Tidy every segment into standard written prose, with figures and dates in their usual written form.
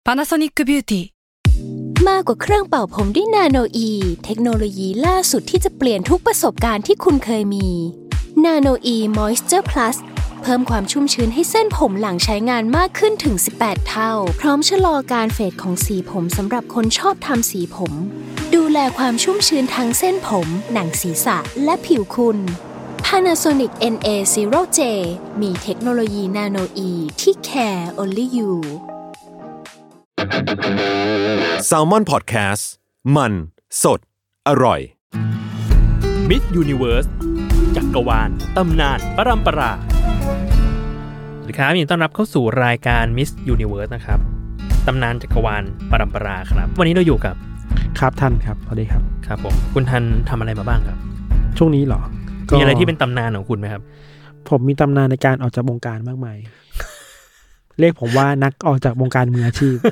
Panasonic Beauty มากกว่าเครื่องเป่าผมด้วยนาโนอีเทคโนโลยีล่าสุดที่จะเปลี่ยนทุกประสบการณ์ที่คุณเคยมีนาโนอีมอยส์เจอร์พลัสเพิ่มความชุ่มชื้นให้เส้นผมหลังใช้งานมากขึ้นถึง18เท่าพร้อมชะลอการเฟดของสีผมสำหรับคนชอบทำสีผมดูแลความชุ่มชื้นทั้งเส้นผมหนังศีรษะและผิวคุณ Panasonic NA0J มีเทคโนโลยีนาโนอีที่ care only you Salmon Podcast มันสดอร่อย Miss Universe จักรวาลตำนานปรัมปราสวัสดีครับยินดีต้อนรับเข้าสู่รายการ Miss Universe นะครับตำนานจักรวาลปรัมปราครับวันนี้เราอยู่กับครับท่านครับสวัสดีครับครับผมคุณทันทำอะไรมาบ้างครับช่วงนี้เหรอมีอะไรที่เป็นตำนานของคุณไหมครับผมมีตำนานในการออกจากวงการมากมายเรียกผมว่านักออกจากวงการมืออาชีพ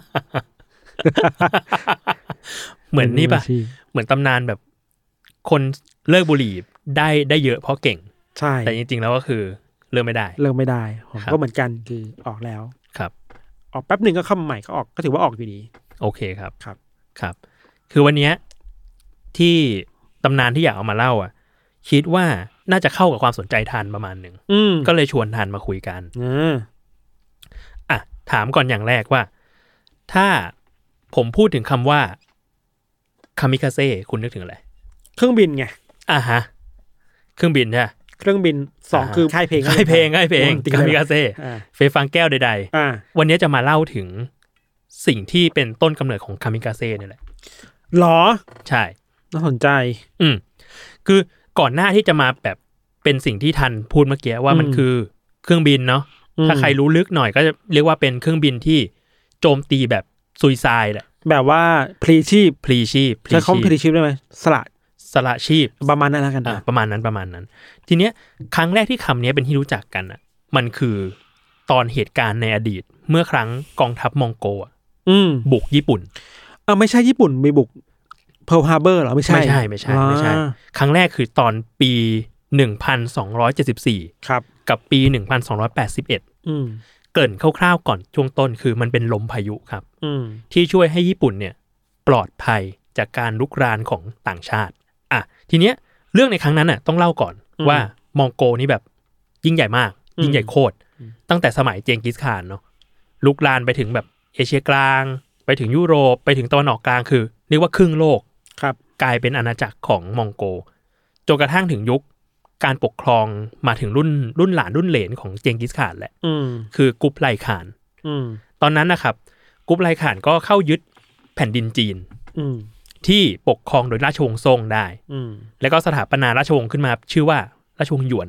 เหมือนนี่ป่ะเหมือนตำนานแบบคนเลิกบุหรี่ได้เยอะเพราะเก่งใช่แต่จริงๆแล้วก็คือเลิกไม่ได้ผมก็เหมือนกันคือออกแล้วครับออกแป๊บหนึ่งก็เข้ามาใหม่ก็ออกก็ถือว่าออกอยู่ดีโอเคครับครับคือวันนี้ที่ตำนานที่อยากเอามาเล่าอ่ะคิดว่าน่าจะเข้ากับความสนใจทันประมาณหนึ่งก็เลยชวนทันมาคุยกันอ่ะถามก่อนอย่างแรกว่าถ้าผมพูดถึงคำว่าคามิคาเซ่คุณนึกถึงอะไรเครื่องบินไงฮะเครื่องบินใช่ไหมเครื่องบิน2คือค่ายเพลงคามิคาเซ่เฟฟังแก้วใดๆวันนี้จะมาเล่าถึงสิ่งที่เป็นต้นกำเนิดของคามิคาเซ่นี่แหละหรอใช่น่าสนใจคือก่อนหน้าที่จะมาแบบเป็นสิ่งที่ทันพูดเมื่อกี้ว่ามันคือเครื่องบินเนาะถ้าใครรู้ลึกหน่อยก็จะเรียกว่าเป็นเครื่องบินที่โจมตีแบบซุยไซด์แหละแบบว่าพลีชีพใช้คำว่าพลีชีพได้ไหมสละชีพประมาณนั้นแล้วกันประมาณนั้นทีเนี้ยครั้งแรกที่คำนี้เป็นที่รู้จักกันอ่ะมันคือตอนเหตุการณ์ในอดีตเมื่อครั้งกองทัพมองโกบุกญี่ปุ่นไม่ใช่ญี่ปุ่นไปบุกเพิร์ลฮาร์เบอร์หรอไม่ใช่ครั้งแรกคือตอนปี1274 ครับกับปี1281เกริ่นคร่าวๆก่อนช่วงต้นคือมันเป็นลมพายุครับที่ช่วยให้ญี่ปุ่นเนี่ยปลอดภัยจากการรุกรานของต่างชาติทีเนี้ยเรื่องในครั้งนั้นน่ะต้องเล่าก่อนว่ามองโกนี่แบบยิ่งใหญ่มากยิ่งใหญ่โคตรตั้งแต่สมัยเจงกิสข่านเนาะรุกรานไปถึงแบบเอเชียกลางไปถึงยุโรปไปถึงตะวันออกกลางคือเรียกว่าครึ่งโลกครับกลายเป็นอาณาจักรของมองโกจนกระทั่งถึงยุคการปกครองมาถึงรุ่นหลานรุ่นเหลนของเจงกิสข่านแหละคือกุบไลข่านตอนนั้นนะครับกุบไลข่านก็เข้ายึดแผ่นดินจีนที่ปกครองโดยราชวงศ์ซ่งได้แล้วก็สถาปนาราชวงศ์ขึ้นมาชื่อว่าราชวงศ์หยวน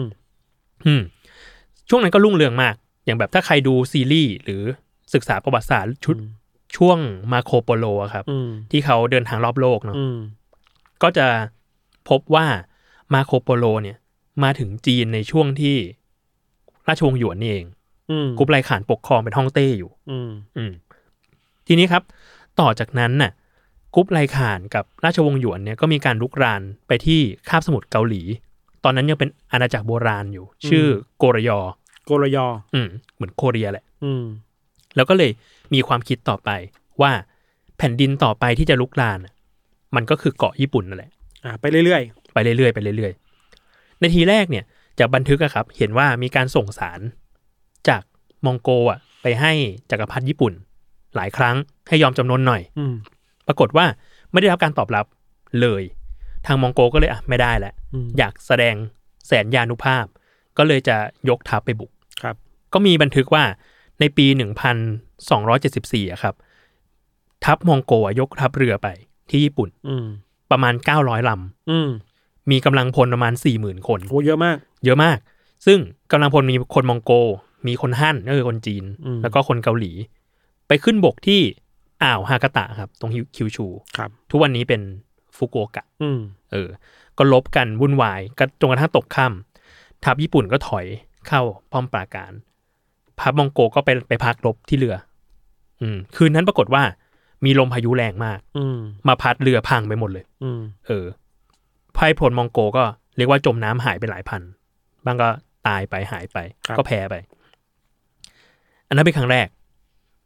ช่วงนั้นก็รุ่งเรืองมากอย่างแบบถ้าใครดูซีรีส์หรือศึกษาประวัติศาสตร์ช่วงมาโคโปโลครับที่เขาเดินทางรอบโลกเนาะก็จะพบว่ามาโคโปโลเนี่ยมาถึงจีนในช่วงที่ราชวงศ์หยวนนี่เองกุบไลข่านปกครองเป็นฮ่องเต้อยู่ทีนี้ครับต่อจากนั้นน่ะกุบไลข่านกับราชวงศ์หยวนเนี่ยก็มีการรุกรานไปที่คาบสมุทรเกาหลีตอนนั้นยังเป็นอาณาจักรโบราณอยู่ชื่อโกรยอเหมือนโคเรียแหละแล้วก็เลยมีความคิดต่อไปว่าแผ่นดินต่อไปที่จะรุกรานมันก็คือเกาะญี่ปุ่นนั่นแหละไปเรื่อยในทีแรกเนี่ยจากบันทึกครับเห็นว่ามีการส่งสารจากมองโกไปให้จักรพรรดิญี่ปุ่นหลายครั้งให้ยอมจำนนหน่อยปรากฏว่าไม่ได้รับการตอบรับเลยทางมองโกก็เลยไม่ได้แล้วอยากแสดงแสนยานุภาพก็เลยจะยกทัพไปบุกครับก็มีบันทึกว่าในปี1274ครับทัพมองโกยกทัพเรือไปที่ญี่ปุ่นประมาณ900ลำมีกำลังพลประมาณ 40,000 คนโอ้เยอะมากซึ่งกำลังพลมีคนมองโกมีคนฮั่นก็คือคนจีนแล้วก็คนเกาหลีไปขึ้นบกที่อ่าวฮากาตะครับตรงคิวชูครับทุกวันนี้เป็นฟุกุโอกะก็ลบกันวุ่นวายก็จนกระทั่งตกค่ำทัพญี่ปุ่นก็ถอยเข้าป้อมปราการทัพมองโกก็ไปพักรบที่เรือคืนนั้นปรากฏว่ามีลมพายุแรงมากมาพัดเรือพังไปหมดเลยพายพลมองโกก็เรียกว่าจมน้ำหายไปหลายพันบางก็ตายไปหายไปก็แพ้ไปอันนั้นเป็นครั้งแรก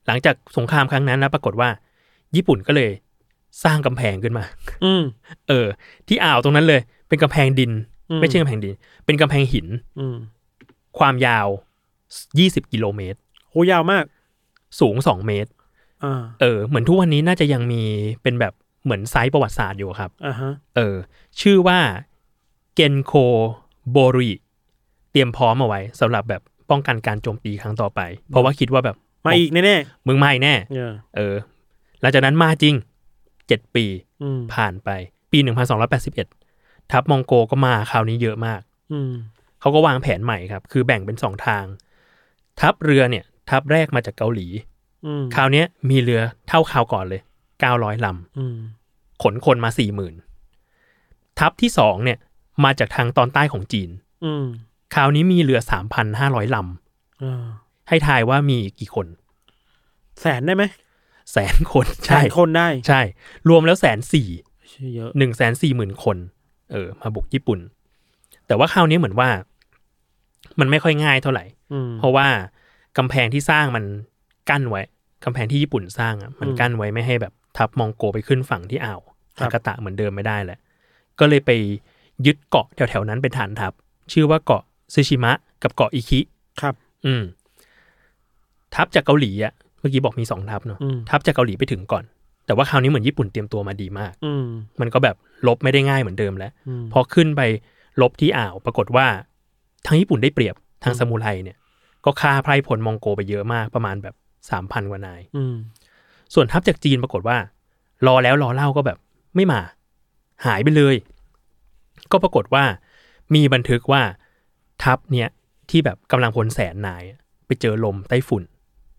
หลังจากสงครามครั้งนั้นนะปรากฏว่าญี่ปุ่นก็เลยสร้างกำแพงขึ้นมาที่อ่าวตรงนั้นเลยเป็นกำแพงดินไม่ใช่กำแพงดินเป็นกำแพงหินความยาว20กิโลเมตรโหยาวมากสูง2เมตรเหมือนทุกวันนี้น่าจะยังมีเป็นแบบเหมือนไซต์ประวัติศาสตร์อยู่ครับชื่อว่าเกนโคโบริเตรียมพร้อมเอาไว้สำหรับแบบป้องกันการโจมตีครั้งต่อไปเพราะว่าคิดว่าแบบมาอีกแน่ๆมึงมาอีกแน่หลังจากนั้นมาจริง7ปีผ่านไปปี1281ทัพมองโกก็มาคราวนี้เยอะมากเขาก็วางแผนใหม่ครับคือแบ่งเป็น2ทางทัพเรือเนี่ยทัพแรกมาจากเกาหลีคราวนี้มีเรือเท่าคราวก่อนเลย900ลำขนคนมา 40,000 ทัพที่2เนี่ยมาจากทางตอนใต้ของจีนคราวนี้มีเรือ 3,500 ลำให้ทายว่ามีกี่คนแสนได้ไหม 100,000 คนใช่คนได้ใช่รวมแล้ว140,000เยอะ 140,000 คนมาบุกญี่ปุ่นแต่ว่าคราวนี้เหมือนว่ามันไม่ค่อยง่ายเท่าไหร่เพราะว่ากำแพงที่สร้างมันกั้นไว้กำแพงที่ญี่ปุ่นสร้างมันกั้นไว้ไม่ให้แบบทัพมองโกไปขึ้นฝั่งที่อ่าวอากาตะเหมือนเดิมไม่ได้แหละก็เลยไปยึดเกาะแถวๆนั้นเป็นฐานทัพชื่อว่าเกาะซึชิมะกับเกาะอิคิครับทัพจากเกาหลีเมื่อกี้บอกมี2ทัพเนาะทัพจากเกาหลีไปถึงก่อนแต่ว่าคราวนี้เหมือนญี่ปุ่นเตรียมตัวมาดีมากมันก็แบบลบไม่ได้ง่ายเหมือนเดิมแล้วพอขึ้นไปลบที่อ่าวปรากฏว่าทางญี่ปุ่นได้เปรียบทางซามูไรเนี่ยก็ฆ่าไพร่พลมองโกไปเยอะมากประมาณแบบ 3,000 กว่านายส่วนทัพจากจีนปรากฏว่ารอแล้วรอเล่าก็แบบไม่มาหายไปเลยก็ปรากฏว่ามีบันทึกว่าทัพเนี่ยที่แบบกำลังพล100,000 นายไปเจอลมไต้ฝุ่น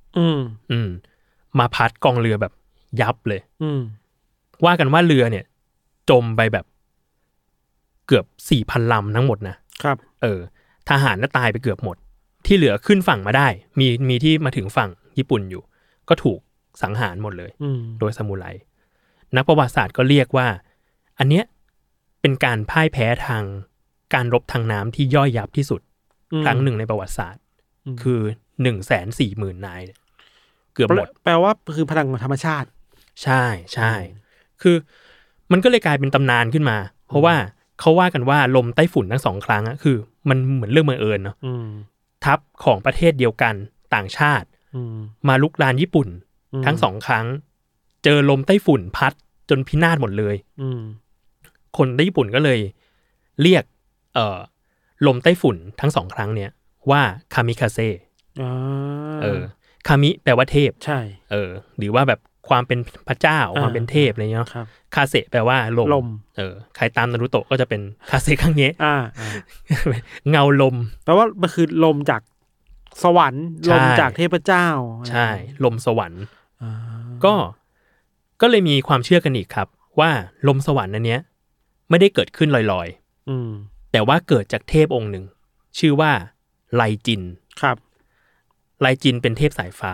มาพัดกองเรือแบบยับเลยว่ากันว่าเรือเนี่ยจมไปแบบเกือบ 4,000 ลำทั้งหมดนะครับทหารน่ะตายไปเกือบหมดที่เหลือขึ้นฝั่งมาได้มีที่มาถึงฝั่งญี่ปุ่นอยู่ก็ถูกสังหารหมดเลยโดยซามูไรนักประวัติศาสตร์ก็เรียกว่าอันเนี้ยเป็นการพ่ายแพ้ทางการรบทางน้ำที่ย่อยยับที่สุดครั้งหนึ่งในประวัติศาสตร์คือ 140,000 นายเกือบหมดแปลว่าคือพลังของธรรมชาติใช่ใช่คือมันก็เลยกลายเป็นตำนานขึ้นมาเพราะว่าเขาว่ากันว่าลมไต้ฝุ่นทั้ง2ครั้งคือมันเหมือนเรื่องบังเอิญเนาะทัพของประเทศเดียวกันต่างชาติมาลุกรานญี่ปุ่นทั้ง2ครั้งเจอลมไต้ฝุ่นพัดจนพินาศหมดเลยคนในญี่ปุ่นก็เลยเรียกลมไต้ฝุ่นทั้ง2ครั้งเนี่ยว่าคามิคาเซ่คามิแปลว่าเทพใช่หรือว่าแบบความเป็นพระเจ้าความเป็นเทพอะไรเงี้ยคาเซแปลว่าลมใครตามนารูโตะก็จะเป็นคาเซคังเงะเงาลมแปลว่ามันคือลมจากสวรรค์ลมจากเทพเจ้าใช่ลมสวรรค์ก็เลยมีความเชื่อกันอีกครับว่าลมสวรรค์อันเนี้ยไม่ได้เกิดขึ้นลอยๆแต่ว่าเกิดจากเทพองค์หนึ่งชื่อว่าไลจินครับไลจินเป็นเทพสายฟ้า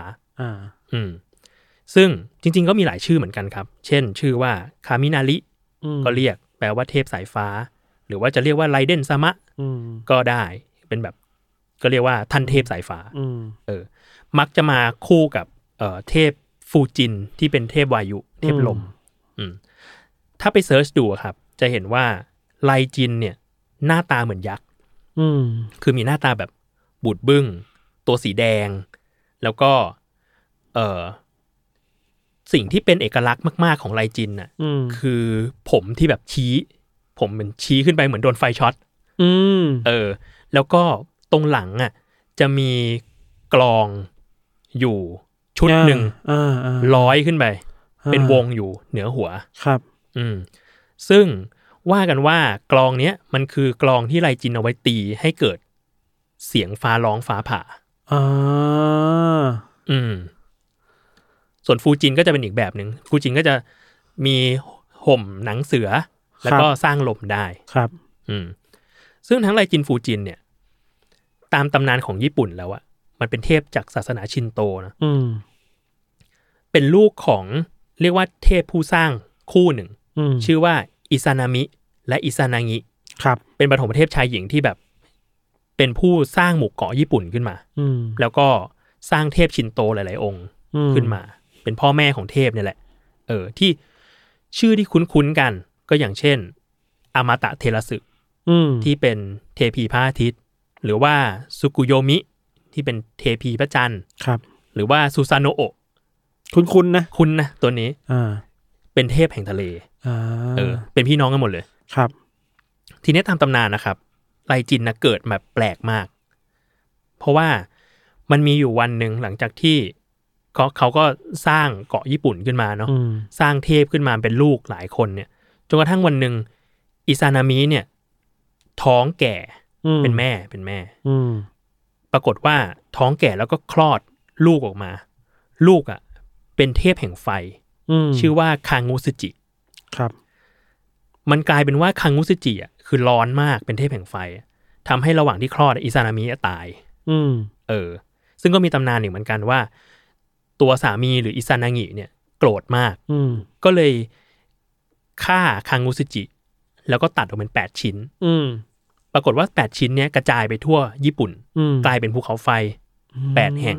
ซึ่งจริงๆก็มีหลายชื่อเหมือนกันครับเช่นชื่อว่าคามินาริก็เรียกแปลว่าเทพสายฟ้าหรือว่าจะเรียกว่าไลเดนซามะก็ได้เป็นแบบก็เรียกว่าท่านเทพสายฟ้ามักจะมาคู่กับเทพฟูจินที่เป็นเทพวายุเทพลมถ้าไปเซิร์ชดูครับจะเห็นว่าไลจินเนี่ยหน้าตาเหมือนยักษ์คือมีหน้าตาแบบบูดบึ้งตัวสีแดงแล้วก็สิ่งที่เป็นเอกลักษณ์มากๆของไลจินน่ะคือผมที่แบบชี้ผมเหมือนชี้ขึ้นไปเหมือนโดนไฟช็อตแล้วก็ตรงหลังจะมีกลองอยู่ชุดหนึ่งร้อยขึ้นไปเป็นวงอยู่เหนือหัวครับซึ่งว่ากันว่ากลองเนี้ยมันคือกลองที่ไลจินเอาไว้ตีให้เกิดเสียงฟ้าร้องฟ้าผ่าส่วนฟูจินก็จะเป็นอีกแบบหนึ่งฟูจินก็จะมีห่มหนังเสือแล้วก็สร้างลมได้ครับซึ่งทั้งไลจินฟูจินเนี่ยตามตำนานของญี่ปุ่นแล้วมันเป็นเทพจากศาสนาชินโตนะเป็นลูกของเรียกว่าเทพผู้สร้างคู่หนึ่งชื่อว่าอิซานามิและอิซานางิครับเป็นปฐมเทพชายหญิงที่แบบเป็นผู้สร้างหมู่เกาะญี่ปุ่นขึ้นมาแล้วก็สร้างเทพชินโตหลายๆองค์ขึ้นมาเป็นพ่อแม่ของเทพเนี่ยแหละที่ชื่อที่คุ้นๆกันก็อย่างเช่นอมตะเทระสึที่เป็นเทพีพระอาทิตย์หรือว่าซุกุโยมิที่เป็นเทพีพระจันทร์ครับหรือว่าซูซาโนะโอะคุ้นนะตัวนี้เป็นเทพแห่งทะเลเป็นพี่น้องกันหมดเลยครับทีนี้ตามตำนานนะครับไลจินนะเกิดแบบแปลกมากเพราะว่ามันมีอยู่วันหนึ่งหลังจากที่เขาก็สร้างเกาะญี่ปุ่นขึ้นมาเนาะสร้างเทพขึ้นมาเป็นลูกหลายคนเนี่ยจนกระทั่งวันหนึ่งอิซานามิเนี่ยท้องแก่เป็นแม่ปรากฏว่าท้องแก่แล้วก็คลอดลูกออกมาลูกอ่ะเป็นเทพแห่งไฟชื่อว่าคางุสึจิครับมันกลายเป็นว่าคางุสึจิอ่ะคือร้อนมากเป็นเทพแห่งไฟทำให้ระหว่างที่คลอดอิซานามิตายซึ่งก็มีตำนานอีกเหมือนกันว่าตัวสามีหรืออิซานางิเนี่ยโกรธมากก็เลยฆ่าคางุสึจิแล้วก็ตัดออกเป็น8ชิ้นปรากฏว่า8ชิ้นเนี้ยกระจายไปทั่วญี่ปุ่นกลายเป็นภูเขาไฟ8แห่ง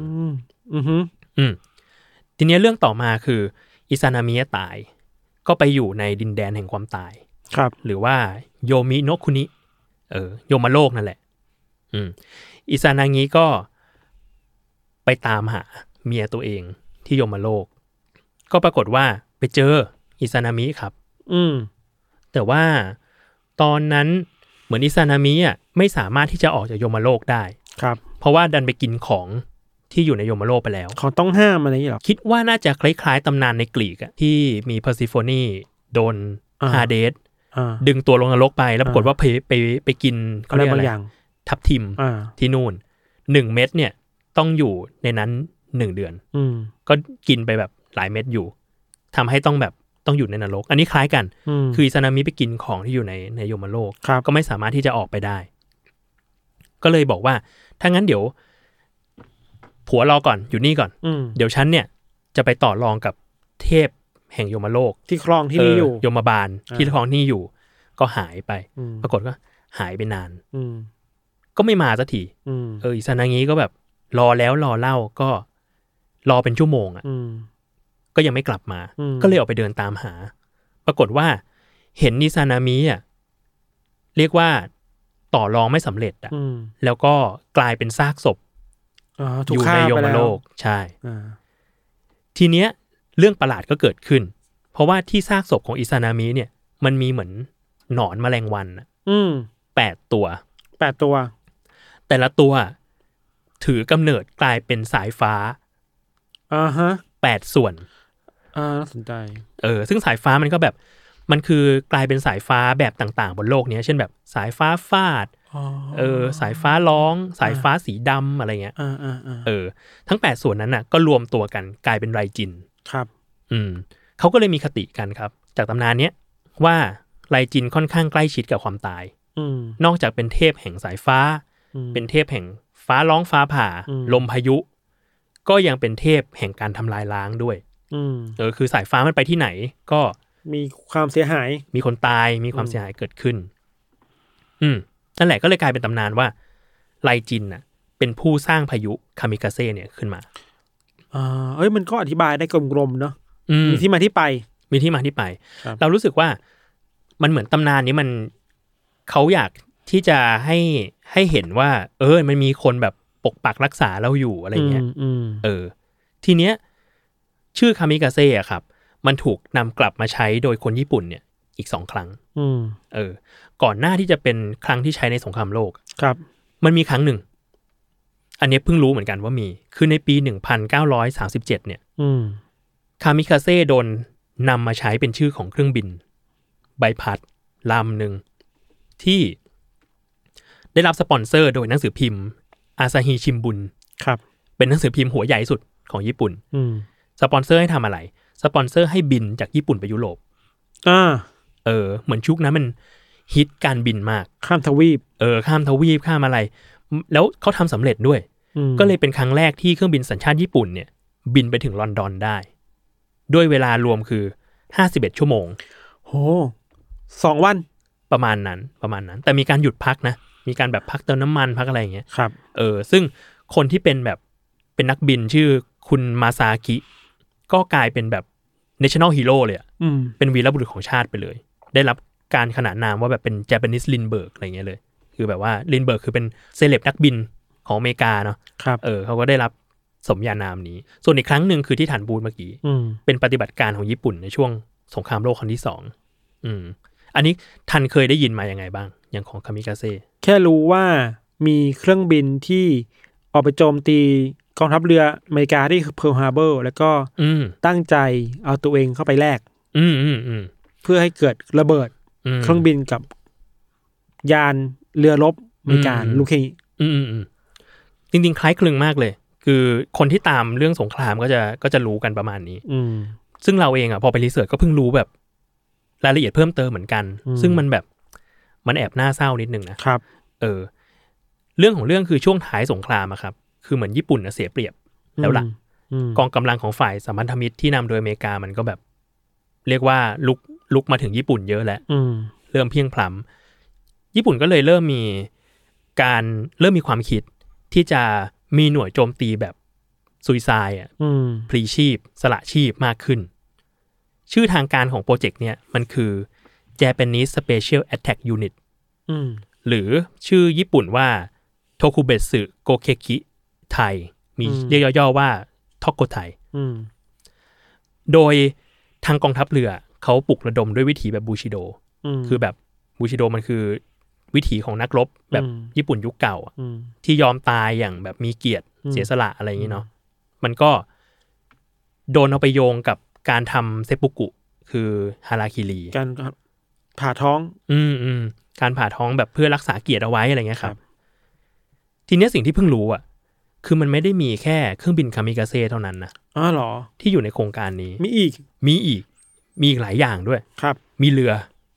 ทีนี้เรื่องต่อมาคืออิซานามิตายก็ไปอยู่ในดินแดนแห่งความตายครับหรือว่าโยมิโนะคุนิโยมโลกนั่นแหละอิซานางิก็ไปตามหาเมียตัวเองที่โยมโลกก็ปรากฏว่าไปเจออิซานามิครับแต่ว่าตอนนั้นเหมือนอิซานามิอ่ะไม่สามารถที่จะออกจากโยมโลกได้ครับเพราะว่าดันไปกินของที่อยู่ในโยมโลกไปแล้วเขาต้องห้ามอะไรอย่างนี้หรอคิดว่าน่าจะคล้ายๆตำนานในกรีกอ่ะที่มีเพอร์ซิโฟนีโดนฮาเดสดึงตัวลงนรกไปแล้วปรากฏว่าไปกินอะไรบางอย่างทับทิมที่นู่น1เม็ดเนี่ยต้องอยู่ในนั้น1เดือนก็กินไปแบบหลายเม็ดอยู่ทำให้ต้องอยู่ในนรกอันนี้คล้ายกันคืออิซานามิไปกินของที่อยู่ในโยมโลกก็ไม่สามารถที่จะออกไปได้ก็เลยบอกว่าถ้างั้นเดี๋ยวผัวรอก่อนอยู่นี่ก่อนเดี๋ยวฉันเนี่ยจะไปต่อรองกับเทพแห่งโยมโลกที่ครองที่นี่อยู่โยมบาลที่ครองที่นี่อยู่ก็หายไปปรากฏก็หายไปนานก็ไม่มาสักทีอิซานางิก็แบบรอแล้วรอเล่าก็รอเป็นชั่วโมงอ่ะก็ยังไม่กลับมาก็เลยออกไปเดินตามหาปรากฏว่าเห็นอิซานามิอ่ะเรียกว่าต่อรองไม่สำเร็จอ่ะแล้วก็กลายเป็นซากศพอยู่ในโยมโลกใช่ทีเนี้ยเรื่องประหลาดก็เกิดขึ้นเพราะว่าที่ซากศพของอิซานามิเนี่ยมันมีเหมือนหนอนแมลงวัน8 ตัวแต่ละตัวถือกำเนิดกลายเป็นสายฟ้า8 ส่วนน่าสนใจซึ่งสายฟ้ามันก็แบบมันคือกลายเป็นสายฟ้าแบบต่างๆบนโลกนี้เช่นแบบสายฟ้าฟาดสายฟ้าร้องสายฟ้าสีดำอะไรเงี้ยทั้ง8ส่วนนั้นน่ะก็รวมตัวกันกลายเป็นไรจินครับเขาก็เลยมีคติกันครับจากตำนานเนี้ยว่าไรจินค่อนข้างใกล้ชิดกับความตายนอกจากเป็นเทพแห่งสายฟ้าเป็นเทพแห่งฟ้าร้องฟ้าผ่าลมพายุก็ยังเป็นเทพแห่งการทำลายล้างด้วยคือสายฟ้ามันไปที่ไหนก็มีความเสียหายมีคนตายมีความเสียหายเกิดขึ้นนั่นแหละก็เลยกลายเป็นตำนานว่าไรจินน่ะเป็นผู้สร้างพายุคามิกาเซ่เนี่ยขึ้นมามันก็อธิบายได้กลมๆเนาะมีที่มาที่ไปเรารู้สึกว่ามันเหมือนตำนานนี้มันเขาอยากที่จะให้เห็นว่ามันมีคนแบบปกปักรักษาเราอยู่อะไรเงี้ยทีเนี้ยชื่อคามิกาเซ่อะครับมันถูกนำกลับมาใช้โดยคนญี่ปุ่นเนี่ยอีก2 ครั้งก่อนหน้าที่จะเป็นครั้งที่ใช้ในสงครามโลกครับมันมีครั้งหนึ่งอันนี้เพิ่งรู้เหมือนกันว่ามีคือในปี1937เนี่ยคามิคาเซ่โดนนำมาใช้เป็นชื่อของเครื่องบินใบพัดลำหนึ่งที่ได้รับสปอนเซอร์โดยหนังสือพิมพ์อาซาฮิชิมบุนครับเป็นหนังสือพิมพ์หัวใหญ่สุดของญี่ปุ่นสปอนเซอร์ให้ทำอะไรสปอนเซอร์ให้บินจากญี่ปุ่นไปยุโรปเหมือนชุกนั้นมันฮิตการบินมากข้ามทวีปข้ามทวีปข้ามอะไรแล้วเขาทำสำเร็จด้วยก็เลยเป็นครั้งแรกที่เครื่องบินสัญชาติญี่ปุ่นเนี่ยบินไปถึงลอนดอนได้ด้วยเวลารวมคือ51 ชั่วโมงโห2 วันประมาณนั้นแต่มีการหยุดพักนะมีการแบบพักเติมน้ำมันพักอะไรอย่างเงี้ยครับซึ่งคนที่เป็นแบบเป็นนักบินชื่อคุณมาซากิก็กลายเป็นแบบ national hero เลยเป็นวีรบุรุษของชาติไปเลยได้รับการขนานนามว่าแบบเป็น Japanese Lindbergh อะไรเงี้ยเลยคือแบบว่า Lindbergh คือเป็นเซเลบนักบินของอเมริกาเนาะเขาก็ได้รับสมญานามนี้ส่วนอีกครั้งหนึ่งคือที่ฐานบูธเมื่อกี้เป็นปฏิบัติการของญี่ปุ่นในช่วงสงครามโลกครั้งที่2อันนี้ทันเคยได้ยินมายังไงบ้างอย่างของคามิกาเซ่แค่รู้ว่ามีเครื่องบินที่ออกไปโจมตีกองทัพเรืออเมริกาที่เพิร์ลฮาร์เบอร์แล้วก็ตั้งใจเอาตัวเองเข้าไปแลกเพื่อให้เกิดระเบิดเครื่องบินกับยานเรือรบอเมริกันลูกนี้จริงๆคล้ายคลึงมากเลยคือคนที่ตามเรื่องสงครามก็จะรู้กันประมาณนี้ซึ่งเราเองอ่ะพอไปรีเสิร์ชก็เพิ่งรู้แบบรายละเอียดเพิ่มเติมเหมือนกันซึ่งมันแบบมันแอบน่าเศร้านิดนึงนะครับเรื่องของเรื่องคือช่วงท้ายสงครามอะครับคือเหมือนญี่ปุ่นเสียเปรียบแล้วล่ะกองกำลังของฝ่ายสัมพันธมิตรที่นำโดยอเมริกามันก็แบบเรียกว่าลุกมาถึงญี่ปุ่นเยอะแล้วเริ่มเพียงพล้ำญี่ปุ่นก็เลยเริ่มมีความคิดที่จะมีหน่วยโจมตีแบบซุยไซด์พลีชีพสละชีพมากขึ้นชื่อทางการของโปรเจกต์เนี่ยมันคือ Japanese Special Attack Unit หรือชื่อญี่ปุ่นว่า Tokubetsu Gokeki Thai มีเรียกย่อๆว่า Tokotai โดยทางกองทัพเรือเขาปลุกระดมด้วยวิธีแบบบูชิโดคือแบบบูชิโดมันคือวิถีของนักรบแบบญี่ปุ่นยุคเก่าที่ยอมตายอย่างแบบมีเกียรติเสียสละอะไรอย่างนี้เนาะมันก็โดนเอาไปโยงกับการทำเซปุกุคือฮาราคิริการผ่าท้องการผ่าท้องแบบเพื่อรักษาเกียรติเอาไว้อะไรเงี้ยครับทีนี้สิ่งที่เพิ่งรู้อ่ะคือมันไม่ได้มีแค่เครื่องบินคามิกาเซ่เท่านั้นนะหรอที่อยู่ในโครงการนี้มีอีกหลายอย่างด้วยครับมีเรือ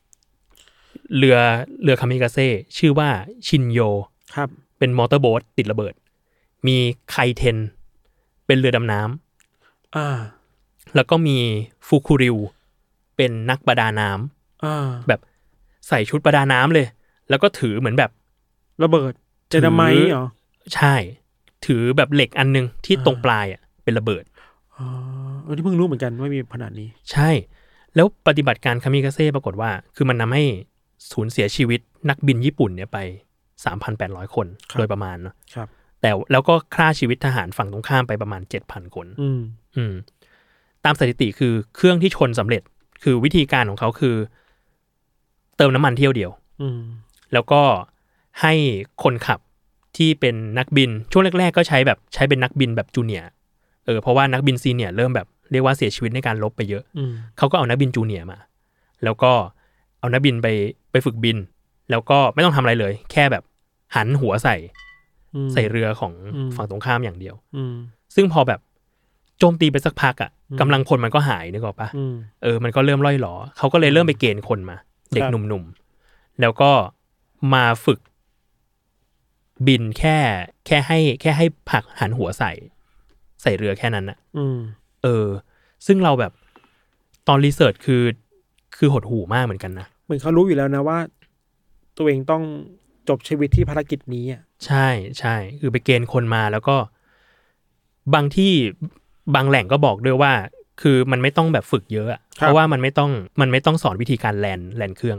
คามิกาเซ่ชื่อว่าชินโยครับเป็นมอเตอร์โบ๊ทติดระเบิดมีไคเทนเป็นเรือดำน้ำแล้วก็มีฟูคุริวเป็นนักประดาน้ำแบบใส่ชุดประดาน้ำเลยแล้วก็ถือเหมือนแบบระเบิดเจดาไมต์เหรอใช่ถือแบบเหล็กอันนึงที่ตรงปลายเป็นระเบิดที่เพิ่งรู้เหมือนกันว่ามีขนาดนี้ใช่แล้วปฏิบัติการคามิกาเซ่ปรากฏว่าคือมันทำให้สูญเสียชีวิตนักบินญี่ปุ่นเนี่ยไป 3,800 คนโดยประมาณเนาะแต่แล้วก็ฆ่าชีวิตทหารฝั่งตรงข้ามไปประมาณ 7,000 คนตามสถิติคือเครื่องที่ชนสำเร็จคือวิธีการของเขาคือเติมน้ำมันเที่ยวเดียวแล้วก็ให้คนขับที่เป็นนักบินช่วงแรกๆก็ใช้เป็นนักบินแบบจูเนียร์เพราะว่านักบินซีเนียร์เริ่มแบบเรียกว่าเสียชีวิตในการรบไปเยอะเขาก็เอานักบินจูเนียร์มาแล้วก็เอานักบินไปฝึกบินแล้วก็ไม่ต้องทำอะไรเลยแค่แบบหันหัวใส่เรือของฝั่งตรงข้ามอย่างเดียวซึ่งพอแบบโจมตีไปสักพักกำลังคนมันก็หายนึกออกปะมันก็เริ่มล่อยหลอเขาก็เลยเริ่มไปเกณฑ์คนมาเด็กหนุ่มๆแล้วก็มาฝึกบินแค่ให้ผักหันหัวใส่เรือแค่นั้นซึ่งเราแบบตอนรีเสิร์ชคือหดหู่มากเหมือนกันนะเหมือนเขารู้อยู่แล้วนะว่าตัวเองต้องจบชีวิตที่ภารกิจนี้ใช่คือไปเกณฑ์คนมาแล้วก็บางที่บางแหล่งก็บอกด้วยว่าคือมันไม่ต้องแบบฝึกเยอะเพราะว่ามันไม่ต้องสอนวิธีการแลนเครื่อง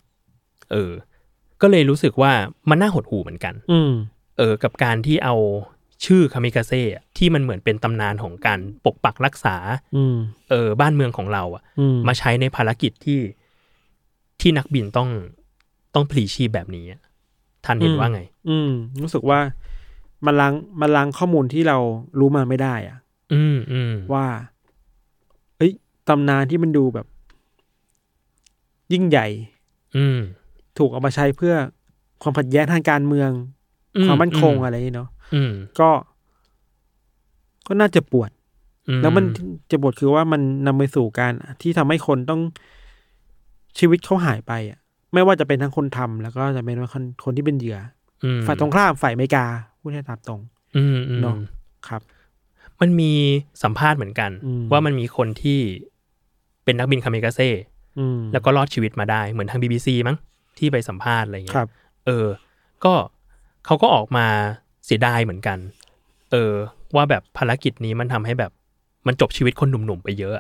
ก็เลยรู้สึกว่ามันน่าหดหู่เหมือนกันกับการที่เอาชื่อคามิกาเซ่ที่มันเหมือนเป็นตำนานของการปกปักรักษาบ้านเมืองของเรามาใช้ในภารกิจที่นักบินต้องพลีชีพแบบนี้ท่านเห็นว่าไงรู้สึกว่ามันล้างข้อมูลที่เรารู้มาไม่ได้ว่าตำนานที่มันดูแบบยิ่งใหญ่ถูกเอามาใช้เพื่อความขัดแย้งทางการเมืองความมั่นคงอะไรเนาะก็น่าจะปวดแล้วมันจะปวดคือว่ามันนำไปสู่การที่ทำให้คนต้องชีวิตเขาหายไปไม่ว่าจะเป็นทั้งคนทำแล้วก็จะเป็นคนที่เป็นเหยื่อฝ่ายตรงข้ามฝ่ายอเมริกาพูดให้ตามตรงเนาะครับมันมีสัมภาษณ์เหมือนกันว่ามันมีคนที่เป็นนักบินคามิกาเซ่แล้วก็รอดชีวิตมาได้เหมือนทาง BBC มั้งที่ไปสัมภาษณ์อะไรอย่างเงี้ยก็เขาก็ออกมาเสียดายเหมือนกันว่าแบบภารกิจนี้มันทำให้แบบมันจบชีวิตคนหนุ่มๆไปเยอะ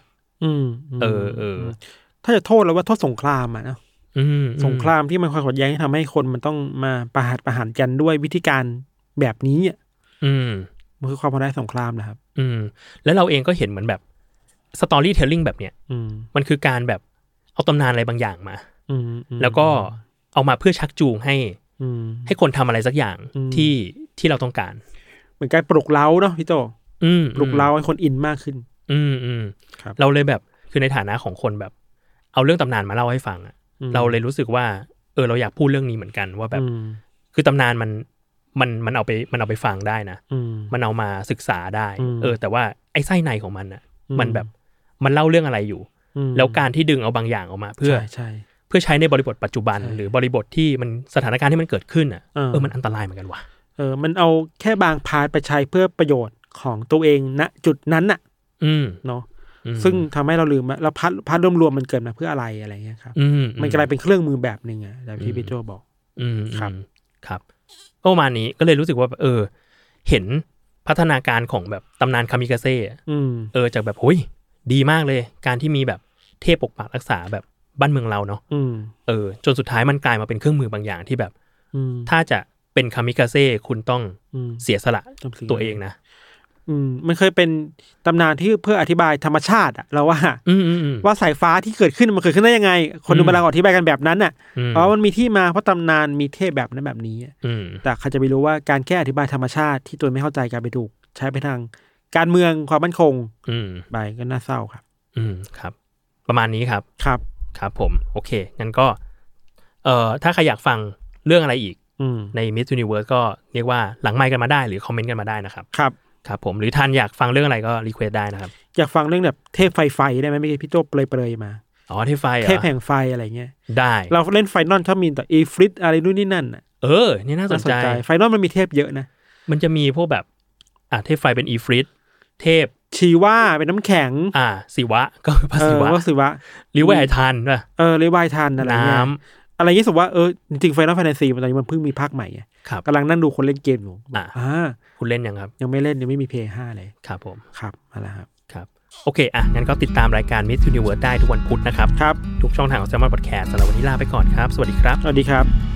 ถ้าจะโทษแล้วว่าโทษสงครามอ่ะเนาะสงครามที่มันความขัดแย้งที่ทำให้คนมันต้องมาประหารกันด้วยวิธีการแบบนี้อ่ะมันคือความพอได้สงครามนะครับแล้วเราเองก็เห็นเหมือนแบบสตอรี่เทลลิ่งแบบเนี้ยมันคือการแบบเอาตำนานอะไรบางอย่างมาแล้วก็เอามาเพื่อชักจูงให้คนทำอะไรสักอย่างที่เราต้องการเหมือนการปลุกเร้าเนาะพี่โตปลุกเร้าให้คนอินมากขึ้นเราเลยแบบคือในฐานะของคนแบบเอาเรื่องตำนานมาเล่าให้ฟังอ่ะเราเลยรู้สึกว่าเราอยากพูดเรื่องนี้เหมือนกันว่าแบบคือตำนานมันเอาไปฟังได้นะมันเอามาศึกษาได้แต่ว่าไอ้ไส้ในของมันอ่ะมันแบบมันเล่าเรื่องอะไรอยู่แล้วการที่ดึงเอาบางอย่างออกมาเพื่อใช้ในบริบทปัจจุบันหรือบริบทที่มันสถานการณ์ที่มันเกิดขึ้นอ่ะมันอันตรายเหมือนกันว่ะมันเอาแค่บางพาร์ทไปใช้เพื่อประโยชน์ของตัวเองณจุดนั้นน่ะเนาะซึ่งทำให้เราลืมแล้วพาร์ทรวมๆมันเกิดมาเพื่ออะไรเงี้ยครับมันกลายเป็นเครื่องมือแบบนึงอ่ะแบบที่พี่โจบอกครับประมาณนี้ก็เลยรู้สึกว่าเห็นพัฒนาการของแบบตำนานคามิกาเซ่จากแบบโอ้ยดีมากเลยการที่มีแบบเทพปกปักรักษาแบบบ้านเมืองเราเนาะจนสุดท้ายมันกลายมาเป็นเครื่องมือบางอย่างที่แบบถ้าจะเป็นคามิกาเซ่คุณต้องเสียสละตัวเองนะมันเคยเป็นตำนานที่เพื่ออธิบายธรรมชาติอะเราว่าสายฟ้าที่เกิดขึ้นมันเกิดขึ้นได้ยังไงคนดูบาลังอธิบายกันแบบนั้นอะเพราะมันมีที่มาเพราะตำนานมีเทพแบบนั้นแบบนี้แต่ใครจะไปรู้ว่าการแค่อธิบายธรรมชาติที่ตัวไม่เข้าใจการไปถูกใช้ไปทางการเมืองความมั่นคงไปก็น่าเศร้าครับครับประมาณนี้ครับครับผมโอเคงั้นก็ถ้าใครอยากฟังเรื่องอะไรอีกใน Miss Universe ก็เรียกว่าหลังไมค์กันมาได้หรือคอมเมนต์กันมาได้นะครับครับผมหรือท่านอยากฟังเรื่องอะไรก็รีเควสได้นะครับอยากฟังเรื่องแบบเทพไฟได้ไหมไม่ใช่พี่โจ้เปรยมาเทพไฟเทพแห่งไฟอะไรเงี้ยได้เราเล่นไฟนอลชอบมีแต่อีฟริตอะไรนู่นนี่นั่นอ่ะนี่น่าสนใจไฟนอลมันมีเทพเยอะนะมันจะมีพวกแบบเทพไฟเป็นอีฟริตเทพชีวะเป็นน้ำแข็งศิวะก็พระศิวะลิวายทันป่ะลิวายทันอะไรเงี้ยอะไรเงี้ยสมมติว่าจริงๆไฟนอลแฟนตาซีตอนนี้มันเพิ่งมีภาคใหม่กำลังนั่งดูคนเล่นเกมอยู่คุณเล่นยังครับยังไม่เล่นยังไม่มี PS5 เลยครับผมครับอะไรครับโอเคงั้นก็ติดตามรายการ Miss Universe ได้ทุกวันพุธนะครับทุกช่องทางของ Salmon Podcast สำหรับวันนี้ลาไปก่อนครับสวัสดีครับสวัสดีครับ